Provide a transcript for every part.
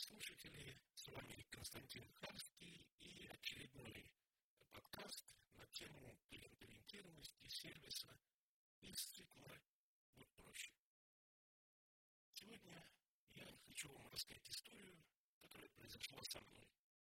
слушатели, с вами Константин Харский и очередной подкаст на тему клиент-ориентированности сервиса из цикла «Будь проще». Сегодня я хочу вам рассказать историю, которая произошла со мной.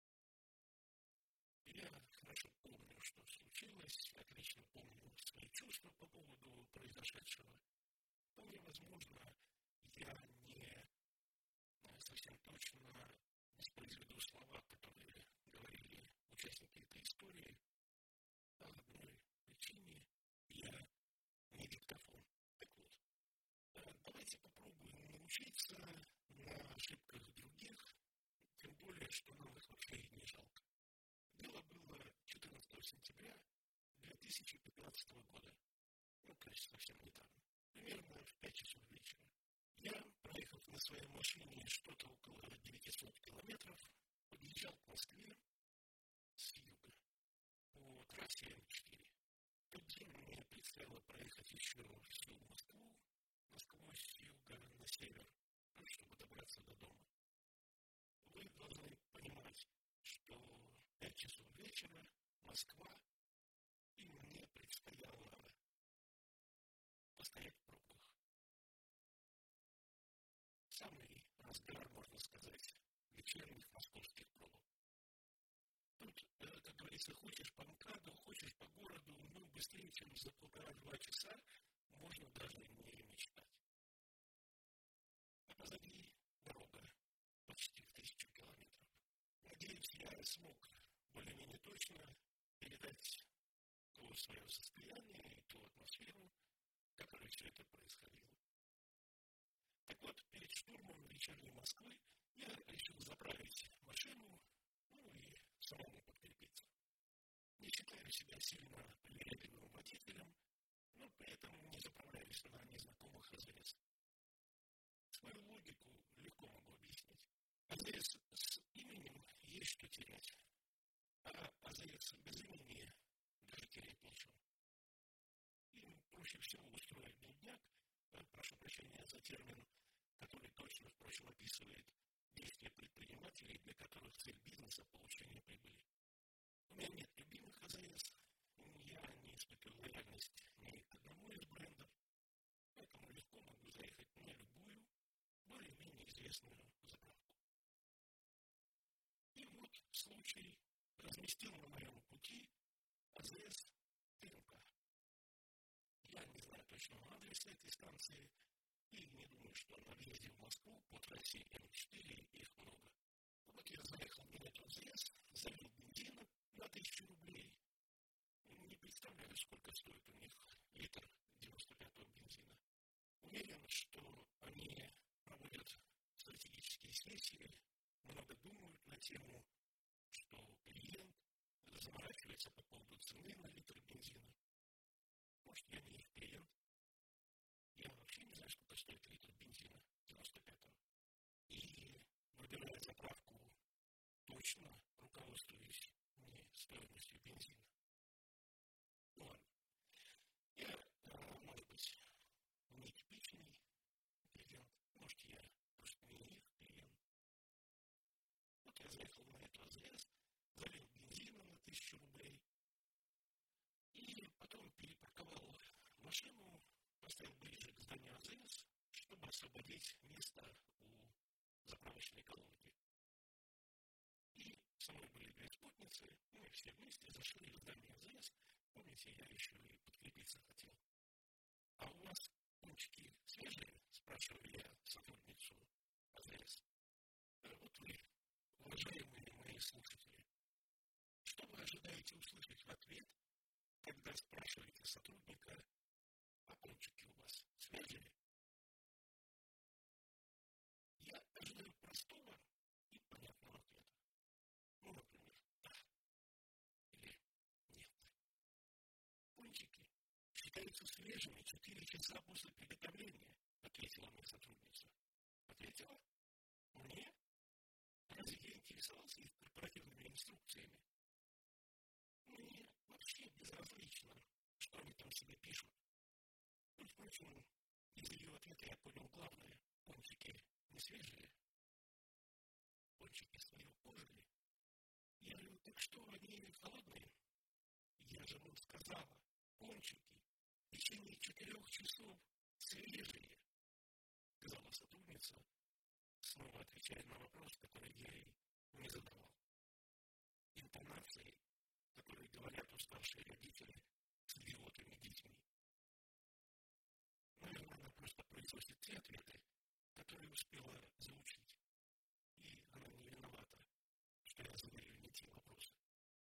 Я хорошо помню, что случилось, отлично помню свои чувства по поводу произошедшего. Вполне возможно, я не совсем точно воспроизведу слова, которые говорили участники этой истории. По одной причине я не диктофон. Так вот, давайте попробуем научиться на ошибках других, тем более, что нам их вообще и не жалко. Дело было 14 сентября 2015 года. То есть совсем недавно. Примерно в 5 часов вечера. Я, проехав на своей машине что-то около 900 километров, подъезжал к Москве с юга по трассе М4. В тот день мне предстояло проехать еще всю Москву, насквозь с юга на север, чтобы добраться до дома. Вы должны понимать, что 5 часов вечера, Москва, и мне предстояло постоять в пробках. Самый разгар, можно сказать, вечерних московских пробок. Тут, как говорится, хочешь по МКАДу, хочешь по городу, но быстрее, чем за 1,5-2 часа, можно даже не мечтать. А позади дорога почти в 1000 километров. Надеюсь, я смог более-менее точно передать то свое состояние и ту атмосферу, в которой все это происходило. Так вот, перед штурмом вечерней Москвы я решил заправить машину, и самому подкрепиться. Не считаю себя сильно привередливым водителем, но при этом не заправляюсь на незнакомых АЗС. Свою логику легко могу объяснить. АЗС с именем есть что терять, а АЗС без имени даже терять нечего. Им проще всего устроить блудняк, прошу прощения за термин, который точно, впрочем, описывает действия предпринимателей, для которых цель бизнеса – получение прибыли. У меня нет любимых АЗС, я не испытываю лояльность ни к одному из брендов, поэтому легко могу заехать на любую, более-менее известную заправку. И вот случай разместил на моем пути АЗС ТНК. Я не знаю точного адреса этой станции, и не думаю, что на въезде в Москву по трассе М4 их много. Вот я заехал на эту АЗС, залил бензина на 1000 рублей. Не представляю, сколько стоит у них литр 95-го бензина. Уверен, что они проводят стратегические сессии, много думают на тему, что клиент заморачивается по поводу цены на литр бензина. Может, я не их клиент. Я вообще не знаю, сколько стоит литр бензина 95-го. И, выбирая заправку, точно руководствуюсь не стоимостью бензина. Ну ладно. Я, может быть, не типичный клиент. Может, я просто не их клиент. Вот я заехал на эту АЗС, залил бензина на 1000 рублей. И потом перепарковал машину, поставил ближе к зданию АЗС, чтобы освободить место у заправочной колонки. И со мной были 2 спутницы, мы все вместе зашли в здание АЗС. Помните, я еще и подкрепиться хотел. А у вас пончики свежие? Спрашиваю я сотрудницу АЗС. Вот вы, уважаемые мои слушатели, что вы ожидаете услышать в ответ, когда спрашиваете сотрудника, а пончики у вас свежие? Я ожидаю простого и понятного ответа. Например, да или нет. Пончики считаются свежими 4 часа после приготовления, ответила мне сотрудница. Ответила? Мне? Разве я интересовался их корпоративными инструкциями? Мне вообще безразлично, что они там себе пишут. Впрочем, из ее ответа я понял главное. Пончики не свежие. сказала, пончики в течение 4 часов свежие, сказала сотрудница, снова отвечая на вопрос, который я ей не задавал. Интонацией, которые говорят уставшие родители с идиотами детьми. Наверное, она просто произносит те ответы, которые успела заучить. И она не виновата, что я задаю не те вопросы.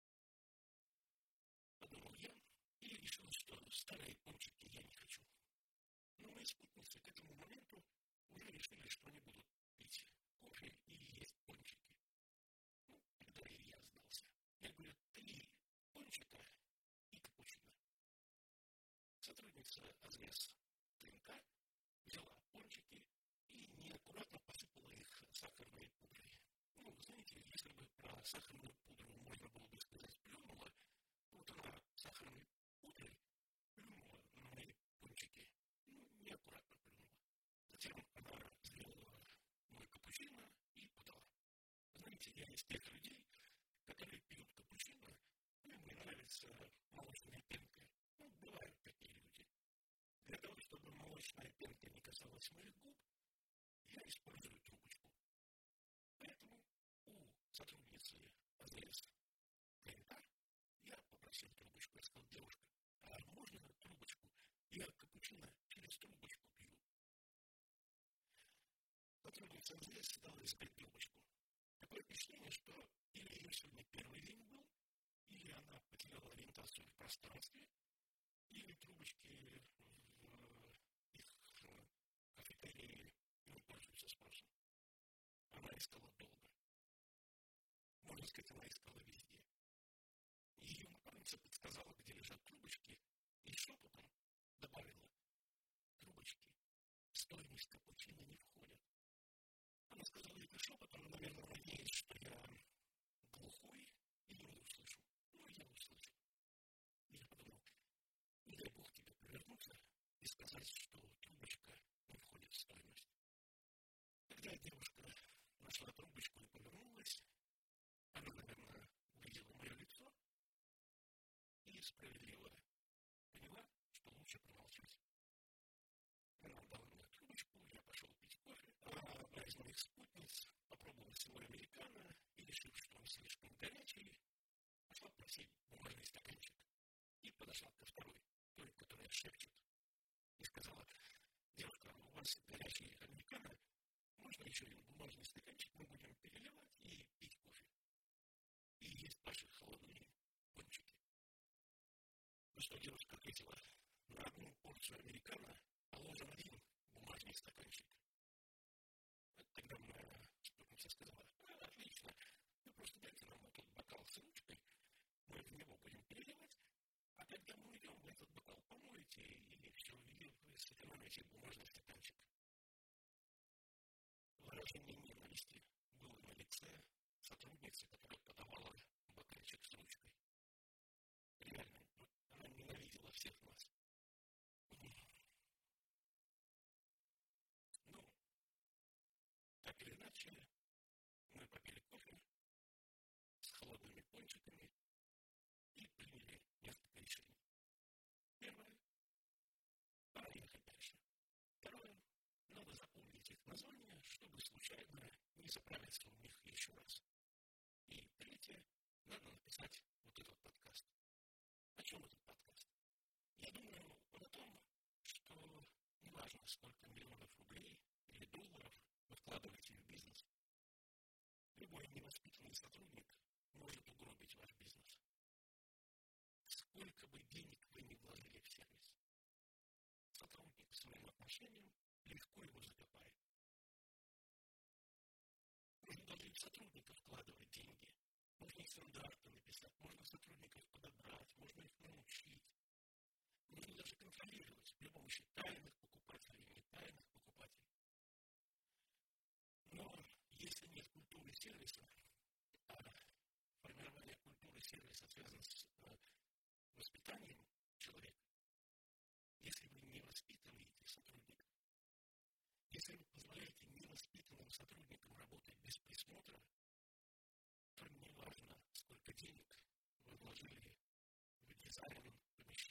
Подумал я и решил, что старые пончики я не хочу. Но мои спутницы к этому моменту уже решили, что они будут пить кофе и есть пончики. Ну, тогда и я сдался. Я говорю, 3 пончика и капучино. Сотрудница АЗС ТНК взяла пончики и неаккуратно посыпала их сахарной пудрой. Ну, знаете, если бы про сахарную пудру можно было бы сказать плюнула, вот она сахарной пудрой плюнула на мои пончики. Ну, неаккуратно плюнула. Затем она сделала мой капучино и подала. Знаете, я из тех людей, которые пьют капучино, и мне нравится молочная пенка. Ну, бывают такие люди. Для того, чтобы молочная пенка не касалась моих губ, я использую трубочку. Поэтому у сотрудницы АЗС ТНК я попросил трубочку. Я сказал, девушка, а можно трубочку? Я капучино через трубочку пью. Сотрудница АЗС дала искать трубочку. Такое впечатление, что или ее сегодня первый день был, или она потеряла ориентацию в пространстве, или трубочки в их кафетерии не пользуются спросом. Она искала долго. Можно сказать, она искала везде. Ее напарница подсказала, где лежат трубочки, и шепотом добавила, трубочки в стоимость капучино не входят. Она сказала это шепотом, наверное, надеясь, что я глухой и не услышу. Ну, я услышал. Я подумал, не дай бог тебе повернуться и сказать, что трубочка не входит в стоимость. Когда девушка нашла трубочку и повернулась, она, наверное, увидела мое лицо и справедливо поняла, что лучше промолчать. Она дала мне трубочку, я пошел пить кофе, а одна из моих спутниц попробовала свой американо и, решив, что он слишком горячий, пошла просить бумажный стаканчик и подошла ко второй, той, которая шепчет, и сказала, девушка, у вас горячий американо, можно еще и бумажный стаканчик, мы будем переливать и пить кофе. И есть ваши холодные пончики. Ну что, девушка ответила, на одну порцию американо положен 1 бумажный стаканчик. Тогда моя спутница сказала, отлично, вы просто дайте нам вот этот бокал с ручкой, мы в него будем переливать, а когда мы уйдем, вы этот бокал помоете, и все, и вы сэкономите бумажный стаканчик. Выражение ненависти было на лице сотрудницы, которая подавала бокальчик с ручкой. Реально, она ненавидела всех нас. Ну, так или иначе, мы попили кофе с холодными пончиками и приняли несколько решений. Первое – пора ехать дальше. Второе – надо запомнить их название, чтобы случайно не заправиться в них еще раз. И третье – надо написать вот этот подкаст. О чем этот подкаст? Я думаю, он о том, что неважно, сколько миллионов рублей или долларов вы вкладываете в бизнес, любой невоспитанный сотрудник может угробить ваш бизнес. Сколько бы денег вы ни вложили в сервис, сотрудник своим отношением легко его закопает. Можно даже и в сотрудника вкладывать деньги. Можно и стандарты написать, можно сотрудников подобрать, можно их научить. Можно даже контролировать при помощи тайных покупателей и нетайных покупателей. Но если нет культуры сервиса, а формирование культуры сервиса связано с воспитанием человека, если вы не воспитываете сотрудника, если вы позволяете невоспитанным сотрудникам работать без присмотра, то не важно, сколько денег вы вложили в дизайн помещения,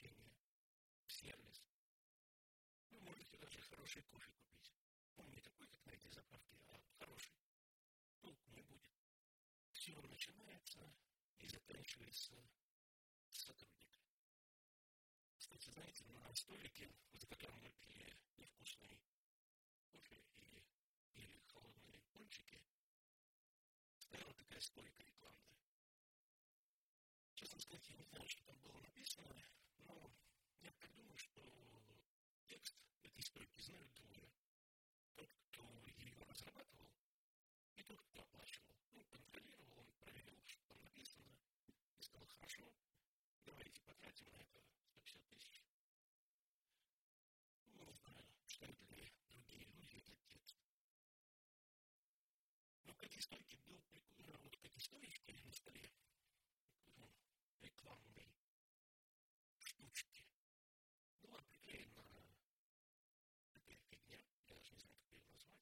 начинается и заканчивается с сотрудника. Кстати, знаете, на столике, за которым мы пили невкусный кофе и пили холодные пончики, стояла такая стойка рекламная. Честно сказать, я не знаю, что там было написано, но я так думаю, что текст этой стойки знают двое. Тот, кто ее разрабатывал, и тот, кто оплачивал. Ну, контролировал, он проверил, что там написано, и сказал: хорошо, давайте потратим на это 150 тысяч. Ну, не знаю, знают ли другие люди этот текст. Но к этой стойке был прикольно, вот к этой стоечке на столе рекламной штучки была приклеена такая фигня, я даже не знаю, как ее назвать.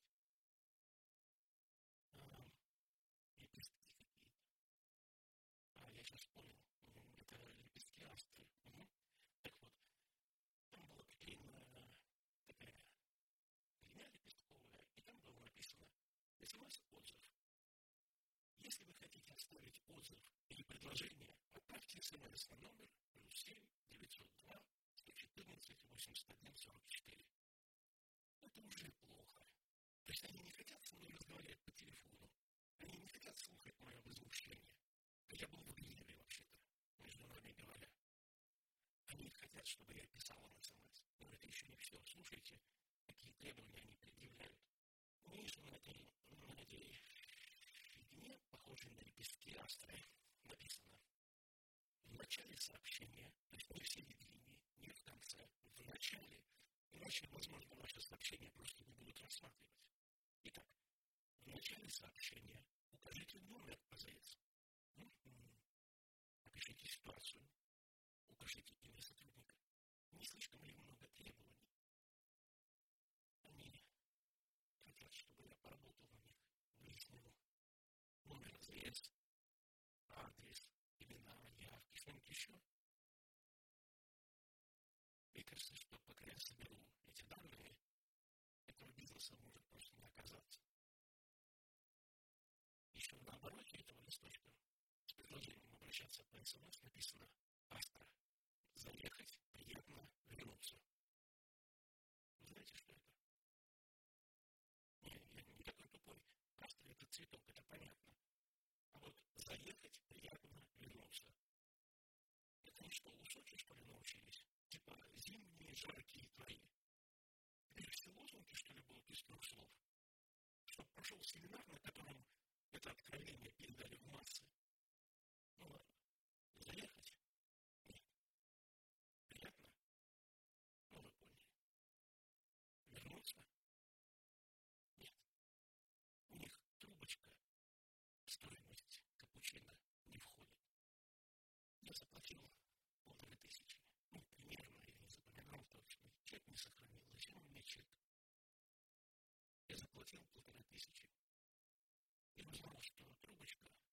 Лепестки какие-то. Я сейчас понял. Это лепестки астры. Так вот, там была приклеена такая фигня лепестковая, и там было написано: СМС-отзыв. Если вы хотите оставить отзыв или предложение, отправьте СМС на номер +7 902 114 81 44. Это уже плохо. То есть они не хотят со мной разговаривать по телефону. Они не хотят слушать мое возмущение. Я был в гневе вообще-то, между нами говоря. Они хотят, чтобы я писал им СМС. Но это еще не все. Слушайте, какие требования они предъявляют. Ниже на этой фигне, похожей на лепестки астры, написано: в начале сообщения, то есть не в середине, не в конце, в начале, иначе, возможно, ваше сообщение просто не будут рассматривать. Итак, в начале сообщения укажите номер ПЗС. Опишите ситуацию. Укажите имя сотрудника. Не слишком ли много требований? Они хотят, чтобы я поработал на них, выяснил номер ЗС, адрес, имена, явки, что-нибудь еще. Мне кажется, что пока я соберу эти данные, этого бизнеса может просто не оказаться. Еще на обороте этого листочка с предложением обращаться по СМС написано: Астра. Заехать, приятно, вернуться. Вы знаете, что это? Я не такой тупой. Астра — это цветок, это понятно. А вот заехать, приятно, вернуться. Это они что, у Сочи, что ли, научились? Типа зимние жаркие твои. Теперь все лозунги, что ли, будут из 3 слов? Чтоб прошел семинар, на котором это откровение передали в массы. Ну ладно. Заехать? Нет. Приятно? Ну, вы поняли. Вернуться? Нет. У них трубочка, стоимость капучино не входит. Я заплатил 1500. Ну, примерно, я не запоминал точно. Чек не сохранил. Зачем мне чек? Я заплатил 1500. Я узнал, что трубочка